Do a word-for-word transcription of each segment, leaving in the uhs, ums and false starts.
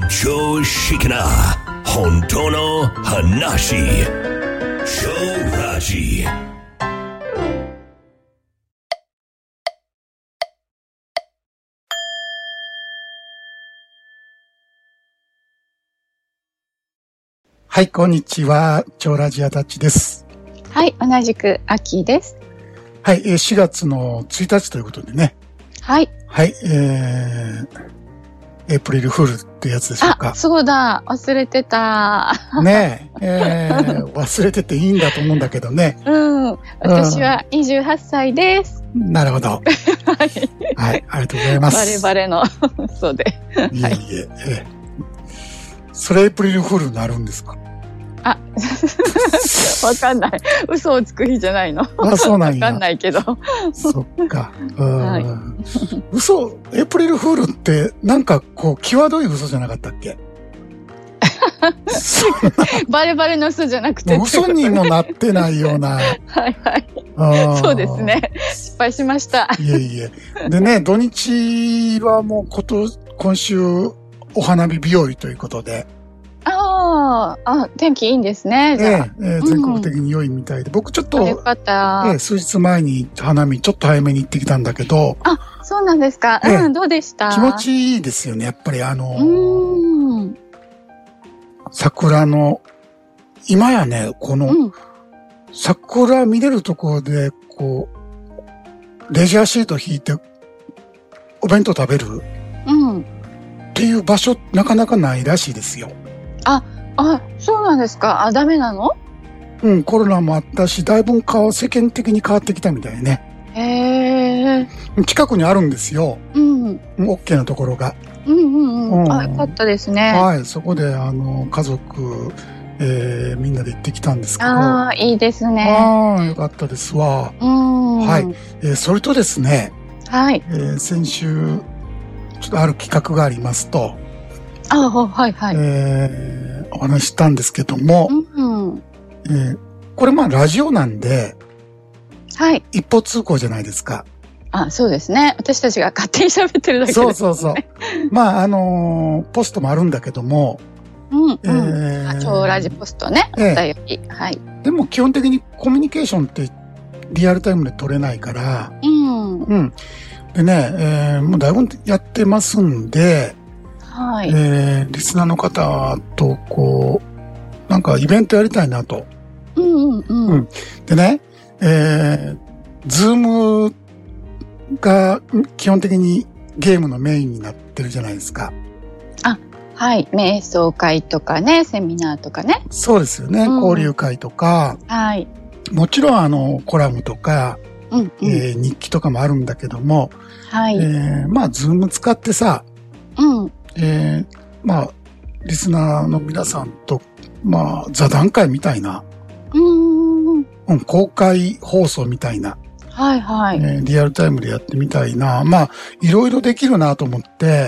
常識な本当の話。超ラジ。 はい、こんにちは。超ラジアタッチです。 はい、同じくアッキーです。 はい、しがつのついたちということでね。 はい。 はい、えー、エイプリルフールってやつでしょうか。 あ、そうだ、忘れてた。 ねえ、えー、忘れてていいんだと思うんだけどね。 うん。私はにじゅうはっさいです。 なるほど。はい。はい、ありがとうございます。 バレバレの、そうで。 いえいえ、はい、えー、それエイプリルフールになるんですか？ あ、わかんない。嘘をつく日じゃないの。 あ、そうなんや。 わかんないけど。 そっか。うん、 はい、 嘘、エイプリルフールってなんかこう、際どい嘘じゃなかったっけ？ バレバレの嘘じゃなくて。 嘘にもなってないような。 はいはい。そうですね。失敗しました。 いえいえ。でね、土日はもうこと、今週お花見日和ということで。 ああ、天気いいんですね。じゃあ、 えええー、全国的に良いみたいで、うん、僕ちょっと、 よかった、 えー、数日前に花見ちょっと早めに行ってきたんだけど。 あ、そうなんですか。うん、どうでした？ 気持ちいいですよね。やっぱりあのー、 うん、 桜の、今やね、この、うん、桜見れるところで、こう、レジャーシート引いて、お弁当食べる、うん、っていう場所、なかなかないらしいですよ。 あ、あ、そうなんですか。あ、ダメなの？ うん、コロナもあったし、だいぶ世間的に変わってきたみたいね。 へー。 近くにあるんですよ。うん。オッケーなところが。 うんうんうん。うん、あ、よかったですね。 はい、そこで、あの、家族、えー、みんなで行ってきたんですけど。 ああ、いいですね。 ああ、よかったですわ。うん。はい。えー、それとですね。 はい。 えー、先週、ちょっとある企画がありますと。 ああ、はいはい。 えー、お話ししたんですけども、うんえー、これまあラジオなんで、 はい。 一方通行じゃないですか。 あ、そうですね。私たちが勝手に喋ってるだけです、ね。 そうそうそう。まああのー、ポストもあるんだけども、 うん、うん。えー、超ラジポストね。えー、はい。 でも基本的にコミュニケーションってリアルタイムで取れないから、うん。うん。でね、えー、もうだいぶやってますんで、はい。えー、リスナーの方と、こう、なんかイベントやりたいなと。うんうんうん。うん、でね、えー、ズームが基本的にゲームのメインになってるじゃないですか。 あ、はい。瞑想会とかね、セミナーとかね。 そうですよね。うん、交流会とか。はい。もちろんあの、コラムとか、うんうんえー、日記とかもあるんだけども。はい。えー、まあ、ズーム使ってさ、うん。えー、まあ、リスナーの皆さんと、まあ、座談会みたいな、うん、うん、公開放送みたいな、はいはい、えー、リアルタイムでやってみたいな、まあ、いろいろできるなと思って、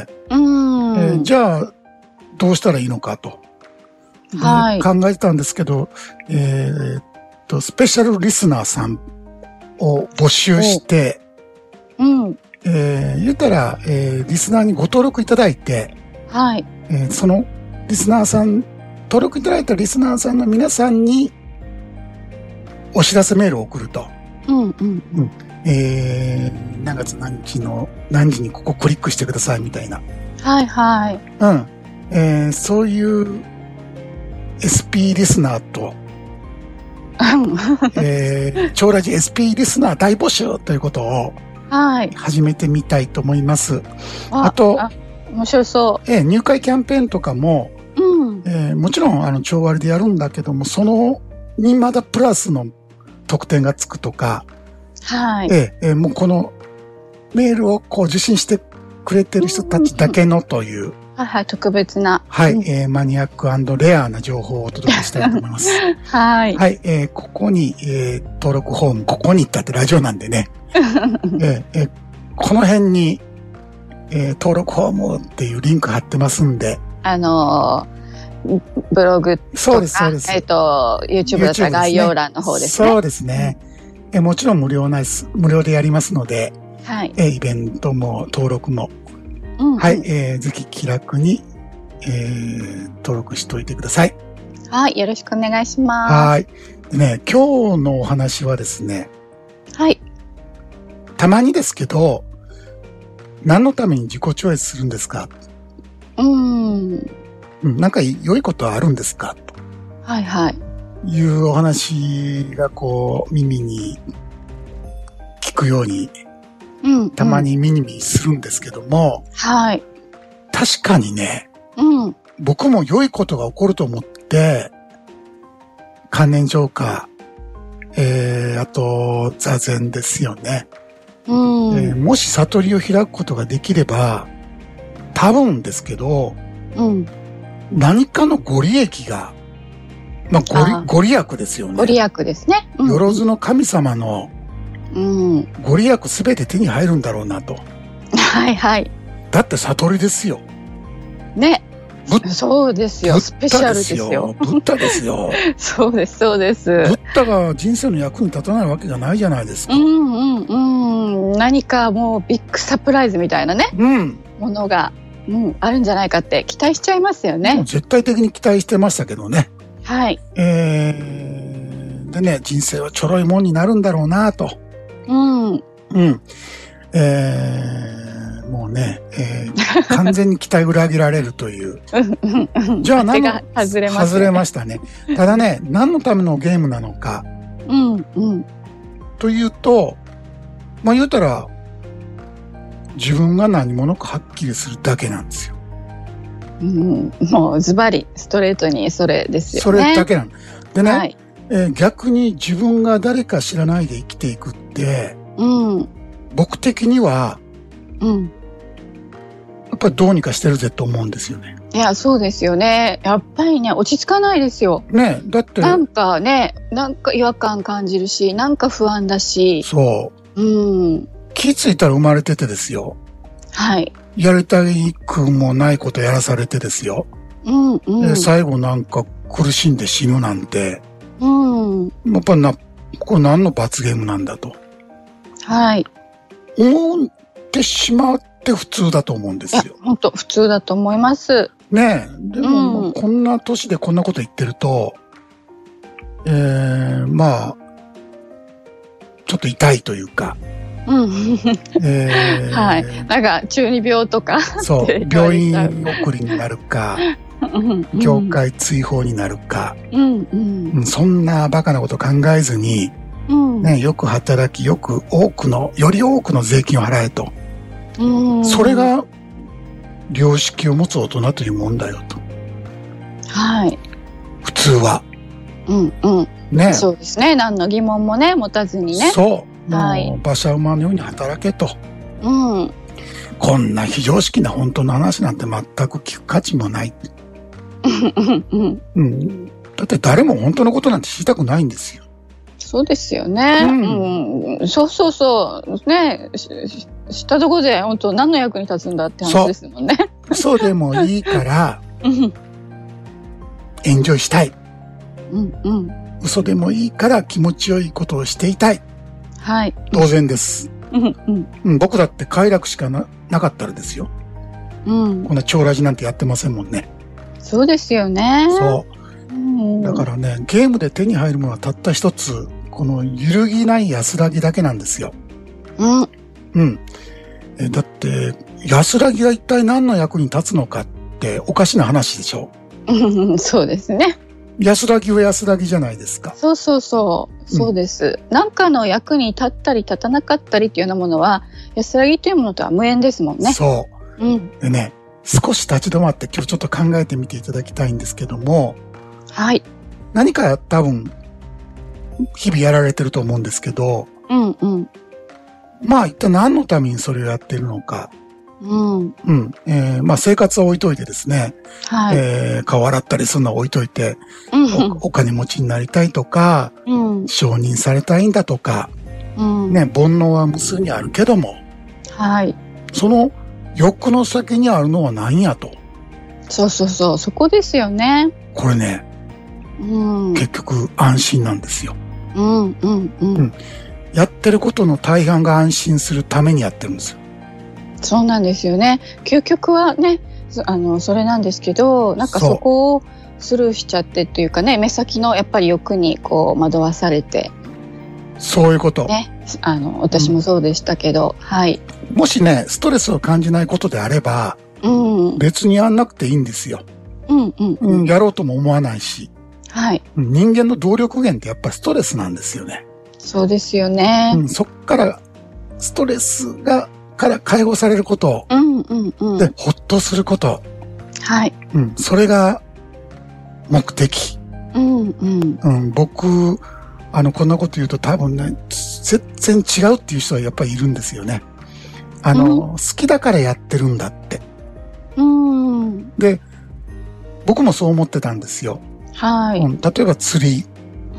うんえー、じゃあ、どうしたらいいのかと、はい、考えてたんですけど、えー、っと、スペシャルリスナーさんを募集して、うんえー、言ったら、えー、リスナーにご登録いただいて、はい。えー、その、リスナーさん、登録いただいたリスナーさんの皆さんに、お知らせメールを送ると。うんうん。うん。えー、何月何日の、何時にここクリックしてくださいみたいな。はいはい。うん。えー、そういう、エスピー リスナーと、えー、超ラジ エスピー リスナー大募集ということを、はい。始めてみたいと思います。あ, あと、あ面白そう。 えー、入会キャンペーンとかも、うんえー、もちろん、あの、超割でやるんだけども、その、にまだプラスの特典がつくとか、はい。えー、えー、もうこの、メールをこう受信してくれてる人たちだけのという、 はいはい、特別な。 はい、うん、えー、マニアック&レアな情報をお届けしたいと思います。はい。はい、えー、ここに、えー、登録フォーム、ここに行ったってラジオなんでね。えーえー、この辺に、えー、登録フォームっていうリンク貼ってますんで。 あのー、ブログとか。 そうです、そうです。 えっと、YouTube だったら概要欄の方ですね。 そうですね。えー、もちろん無料ないです。無料でやりますので、はい。えー、イベントも登録も。うんうん、はい、えー、ぜひ気楽に、 えー、登録しといてください。 はい。よろしくお願いします。 はい。でね、今日のお話はですね。 はい。 たまにですけど、何のために自己超越するんですか？ うーん。 うん、なんか良いことはあるんですか？と。 はいはい。 いうお話がこう、耳に聞くように、うんうん、たまに耳にするんですけども。 はい。 確かにね、 うん、 僕も良いことが起こると思って、観念浄化、えー、あと、座禅ですよね。 うんえー、もし悟りを開くことができれば、多分ですけど、 うん、 何かのご利益が、まあ、ご利、ご利益ですよね。 ご利益ですね。 うん、よろずの神様の、 うん、 ご利益すべて手に入るんだろうなと。 はいはい。 だって悟りですよ。 ね。そうですよ。スペシャルですよ。 ブッダですよ。 そうです、そうです。 ブッダが人生の役に立たないわけがないじゃないですか。 うんうんうん。何かもうビッグサプライズみたいなね。 うん。 ものが、うん、あるんじゃないかって期待しちゃいますよね。 絶対的に期待してましたけどね。 はい。 えー、でね、人生はちょろいもんになるんだろうなと。 うん。 うん。えー、もうね、えー、完全に期待裏切られるという。じゃあ何の、 外れましたね。 外れましたね。ただね、何のためのゲームなのか。 うんうん。 というと、まあ言うたら、自分が何者かはっきりするだけなんですよ。 うん、もうズバリストレートにそれですよね。 それだけなの。でね、 はい、 えー、逆に自分が誰か知らないで生きていくって、 うん、 僕的には、 うん、 やっぱりどうにかしてるぜと思うんですよね。 いや、そうですよね。やっぱりね、落ち着かないですよ。 ね、だって。 なんかね、なんか違和感感じるし、なんか不安だし。 そう。 うん。 気づいたら生まれててですよ。 はい。 やりたくもないことやらされてですよ。 うんうん。 で、最後なんか苦しんで死ぬなんて。 うん。 やっぱな、これ何の罰ゲームなんだと。 はい。 思ってしまって普通だと思うんですよ。いや、 本当普通だと思います。 ねえ。でも、うん、こんな年でこんなこと言ってると、えー、まあ、ちょっと痛いというか。 うん。えー、はい。なんか、中二病とか。 そう。病院送りになるか、業界追放になるか、 うんうん、 そんなバカなこと考えずに、うんね、よく働き、よく多くの、より多くの税金を払えと。うん、それが、良識を持つ大人というもんだよと。 はい。 普通は。 うんうん。 ね。 そうですね。何の疑問もね、持たずにね。 そう。はい。馬車馬のように働けと。 うん。 こんな非常識な本当の話なんて全く聞く価値もない。 うんうんうん。だって誰も本当のことなんて知りたくないんですよ。 そうですよね。うん。うん、そうそうそう。ね。知ったところで本当何の役に立つんだって話ですもんね。 嘘でもいいから、エンジョイしたい。 うんうん。 嘘でもいいから気持ちよいことをしていたい。 はい。 当然です。 うんうんうん、僕だって快楽しか な, なかったらですよ。 うん。 こんな超ラジなんてやってませんもんね。 そうですよね。 そう。うん、だからね、ゲームで手に入るものはたった一つ、この揺るぎない安らぎだけなんですよ。 うん。 うん。え、だって、安らぎが一体何の役に立つのかっておかしな話でしょ。 そうですね。 安らぎは安らぎじゃないですか。 そうそうそう。そうです。うん、なんかの役に立ったり立たなかったりっていうようなものは、安らぎというものとは無縁ですもんね。 そう。 うん。 でね、少し立ち止まって今日ちょっと考えてみていただきたいんですけども。 はい。 何か多分、日々やられてると思うんですけど。 うんうん。 まあ一体何のためにそれをやってるのか。 うん。 うん。えー、まあ生活は置いといてですね。 はい。 えー、顔洗ったりするのは置いといて、 うん、 お、お金持ちになりたいとか、 うん、 承認されたいんだとか、 うん、 ね、煩悩は無数にあるけども、 はい。 その欲の先にあるのは何やと。 そうそうそう、そこですよね。 これね、 うん、 結局安心なんですよ。 うん、うん、うん。うん、 やってることの大半が安心するためにやってるんですよ。 そうなんですよね。究極はね、 あの、それなんですけど、なんかそこをスルーしちゃってっていうかね、目先のやっぱり欲にこう惑わされて。 そういうこと。 ね。あの、私もそうでしたけど、うん、はい。 もしね、ストレスを感じないことであれば、うん、別にやんなくていいんですよ。うんうんうん、うん。やろうとも思わないし。はい。人間の動力源ってやっぱりストレスなんですよね。 そうですよね。 うん、そっから、ストレスが、から解放されること。うんうんうん。で、ほっとすること。はい。うん、それが目的。うんうん。うん、僕、あの、こんなこと言うと多分ね、全然違うっていう人はやっぱりいるんですよね。あの、うん、好きだからやってるんだって。うん。で、僕もそう思ってたんですよ。はい。うん、例えば釣り。うん。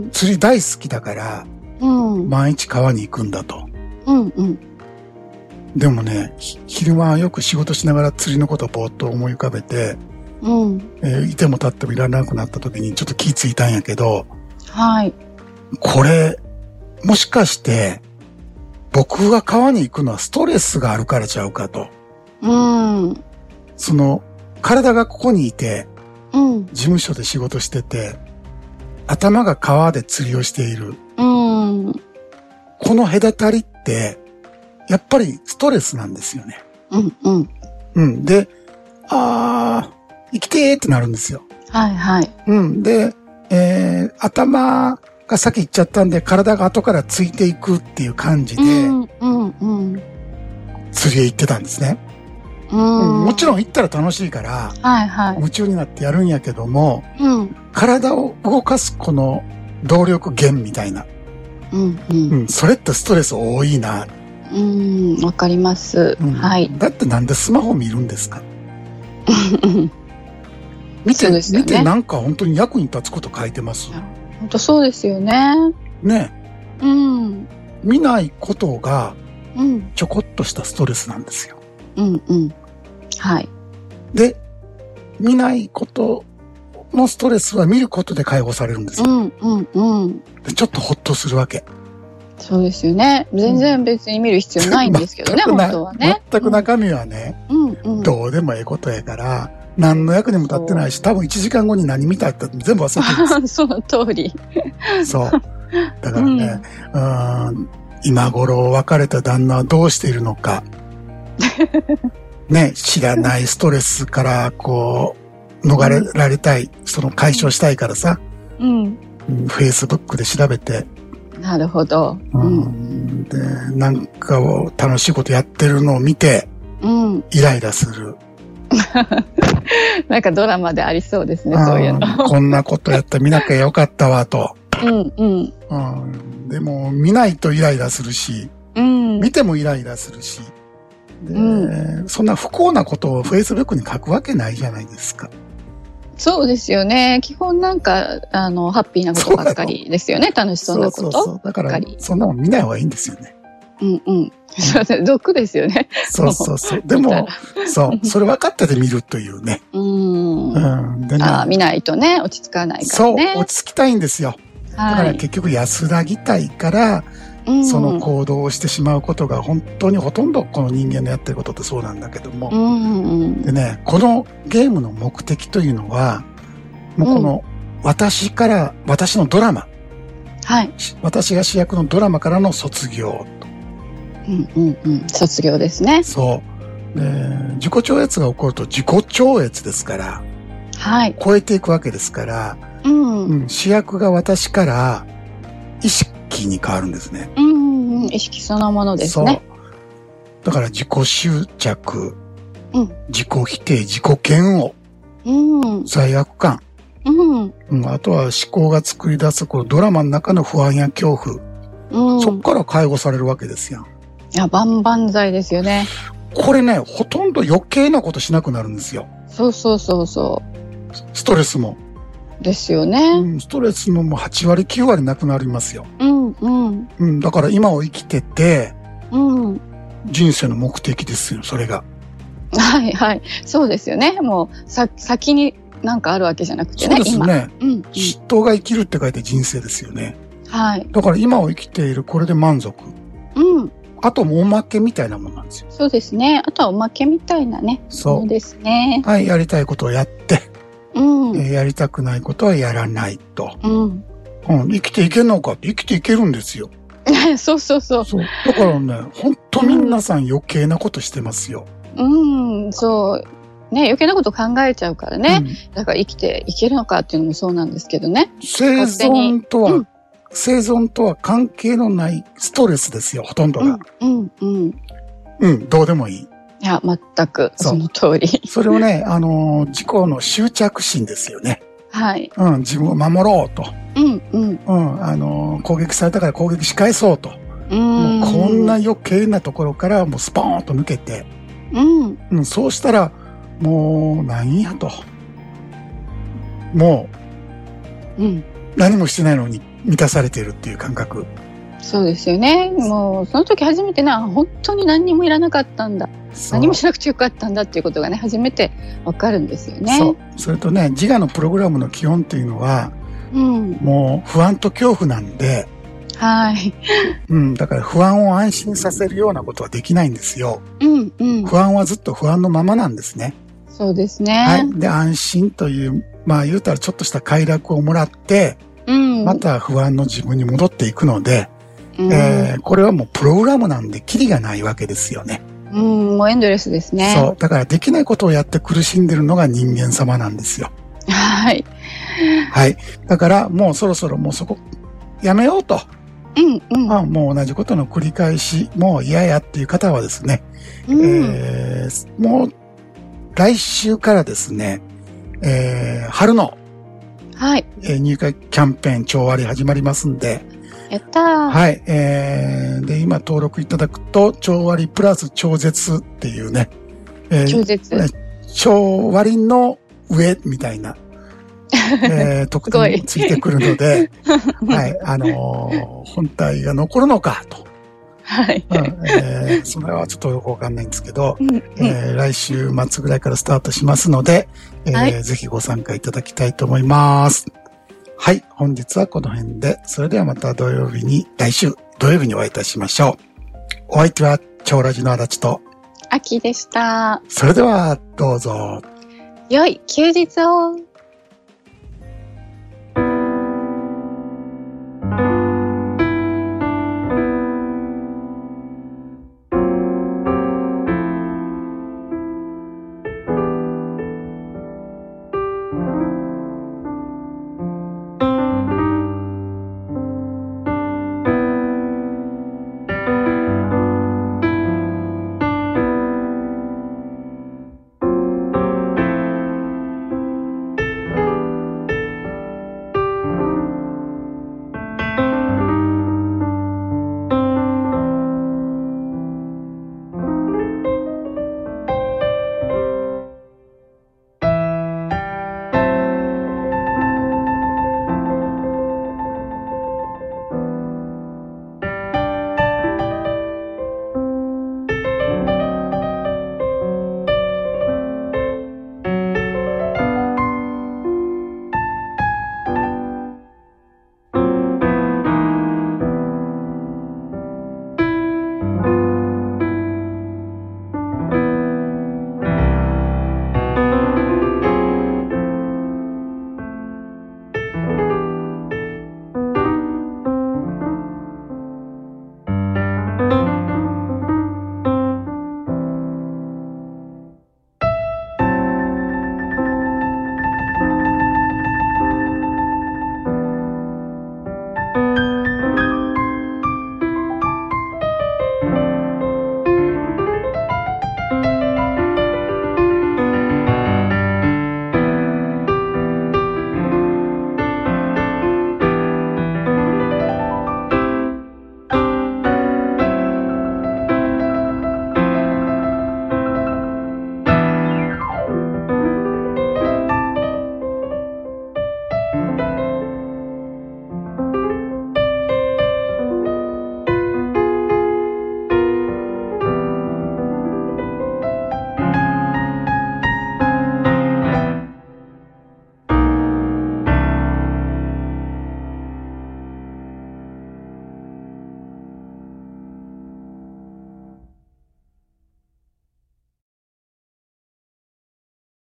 釣り大好きだから、うん。毎日川に行くんだと。うんうん。でもね、昼間よく仕事しながら釣りのことをぼーっと思い浮かべて、うん。えー、いても立ってもいらなくなった時にちょっと気ついたんやけど、はい。これ、もしかして、僕が川に行くのはストレスがあるからちゃうかと。うん。その、体がここにいて、うん。事務所で仕事してて、頭が川で釣りをしている。うん。この隔たりって、やっぱりストレスなんですよね。うんうん。うん。で、あー、生きてーってなるんですよ。はいはい。うん。で、えー、頭が先行っちゃったんで、体が後からついていくっていう感じで、うんうんうん、釣りへ行ってたんですね。うん、もちろん行ったら楽しいから、はいはい、夢中になってやるんやけども、うん、体を動かすこの動力源みたいな、うんうんうん、それってストレス多いな。 うん、わかります、うん。はい。 だってなんでスマホ見るんですか？見て、ね、見てなんか本当に役に立つこと書いてます。 本当そうですよね。 ね。うん。見ないことが、ちょこっとしたストレスなんですよ。うんうん。はい。で、見ないことのストレスは見ることで解放されるんですよ。うんうんうん。で、ちょっとほっとするわけ。 そうですよね。全然別に見る必要ないんですけどね、うん、本当はね。 全く中身はね、うんうん、どうでもええことやから、何の役にも立ってないし、多分いちじかんごに何見たって全部忘れてるんです。 その通り。 そう。だからね、うん、うん今頃別れた旦那はどうしているのか。ね、知らないストレスからこう、逃れられたい、その解消したいからさ、うん。Facebook で調べて。 なるほど。 うん。で、なんかを楽しいことやってるのを見て、うん。イライラする。 なんかドラマでありそうですね、そういうの。 こんなことやったら見なきゃよかったわ、と。 うんうん。うん。でも、見ないとイライラするし、うん。見てもイライラするし。で、うん、そんな不幸なことを Facebook に書くわけないじゃないですか。 そうですよね。基本なんか、あの、ハッピーなことばっかりですよね。楽しそうなこと。そうそうそう。 だから、そんなの見ない方がいいんですよね。 うんうん。そうですね。毒ですよね。 そうそうそう。でも、そう。それ分かってて見るというね。うん。うん。 でね。ああ、見ないとね、落ち着かないからね。 そう、落ち着きたいんですよ。はい。だから結局安らぎたいから、うん、その行動をしてしまうことが本当にほとんどこの人間のやってることってそうなんだけども。うんうん、でね、このゲームの目的というのは、もうこの私から、うん、私のドラマ。はい。私が主役のドラマからの卒業と。 うんうんうん。卒業ですね。 そう。で、自己超越が起こると自己超越ですから。はい。超えていくわけですから。うん、うん。主役が私から意識に変わるんですね。 うんうんうん。意識そのものですね。そう。 だから自己執着。うん。自己否定、自己嫌悪。うん。罪悪感。うん。うん。あとは思考が作り出すこのドラマの中の不安や恐怖。うん。そっから解放されるわけですよ。 いや、万々歳ですよね。 これね、ほとんど余計なことしなくなるんですよ。 そうそうそうそう。 ストレスも。 ですよね。 うん、ストレスももうはちわりきゅうわりなくなりますよ。うんうん。うん、だから今を生きてて、うん。人生の目的ですよ、それが。 はいはい。そうですよね。もう、さ、先になんかあるわけじゃなくてね。 そうですね。うん。人が生きるって書いて人生ですよね。はい。だから今を生きている、これで満足。うん。 あともおまけみたいなもんなんですよ。 そうですね。あとはおまけみたいなね。 そう。 そうですね。 はい、やりたいことをやって、 うん。 えー、やりたくないことはやらないと。 うん。 うん、生きていけんのかって生きていけるんですよ。 そうそうそう。 そう。だからね、ほんと皆さん余計なことしてますよ。 うん、うん、そう。ね、余計なこと考えちゃうからね。うん、だから生きていけるのかっていうのもそうなんですけどね。 生存とは、うん、生存とは関係のないストレスですよ、ほとんどが。 うん、うん、うん。 うん、どうでもいい。 いや、全く、その通り。 それをね、あのー、自己の執着心ですよね。 はい。 うん、自分を守ろうと。 うん、うん。 うん、あのー、攻撃されたから攻撃し返そうと。 うん。 もうこんな余計なところからもうスポーンと抜けて。 うん。 うん、そうしたら、もう、何やと。もう、うん。 何もしてないのに満たされているっていう感覚。 そうですよね。もう、その時初めてな、本当に何にもいらなかったんだ。何もしなくてよかったんだっていうことがね、初めてわかるんですよね。 そう。それとね、自我のプログラムの基本っていうのは、 うん、 もう不安と恐怖なんで、 はい。 うん、だから不安を安心させるようなことはできないんですよ。 うんうん。 不安はずっと不安のままなんですね。 そうですね。 はい。で、安心という、まあ言うたらちょっとした快楽をもらって、うん、また不安の自分に戻っていくので、うん、えー、これはもうプログラムなんでキリがないわけですよね。 うん、もうエンドレスですね。 そう。だからできないことをやって苦しんでるのが人間様なんですよ。 はい。 はい。だからもうそろそろもうそこ、やめようと。 うんうん。 あ、もう同じことの繰り返し、もう嫌やっていう方はですね、うん、えー、もう来週からですね、えー、春の、 はい。 えー、入会キャンペーン超割始まりますんで、 やったー。 はい。えー、で、今登録いただくと、超割プラス超絶っていうね、 えー、超絶、ね、 超割の上みたいな、えー、特典もついてくるので、はい、あのー、本体が残るのかと。 はい。 うん、えー、それはちょっとよくわかんないんですけど、うんうん、えー、来週末ぐらいからスタートしますので、えーはい、ぜひご参加いただきたいと思います。はい、本日はこの辺で、それではまた土曜日に、来週土曜日にお会いいたしましょう。お相手は超ラジの足立と、 あきでした。 それではどうぞ。 良い休日を。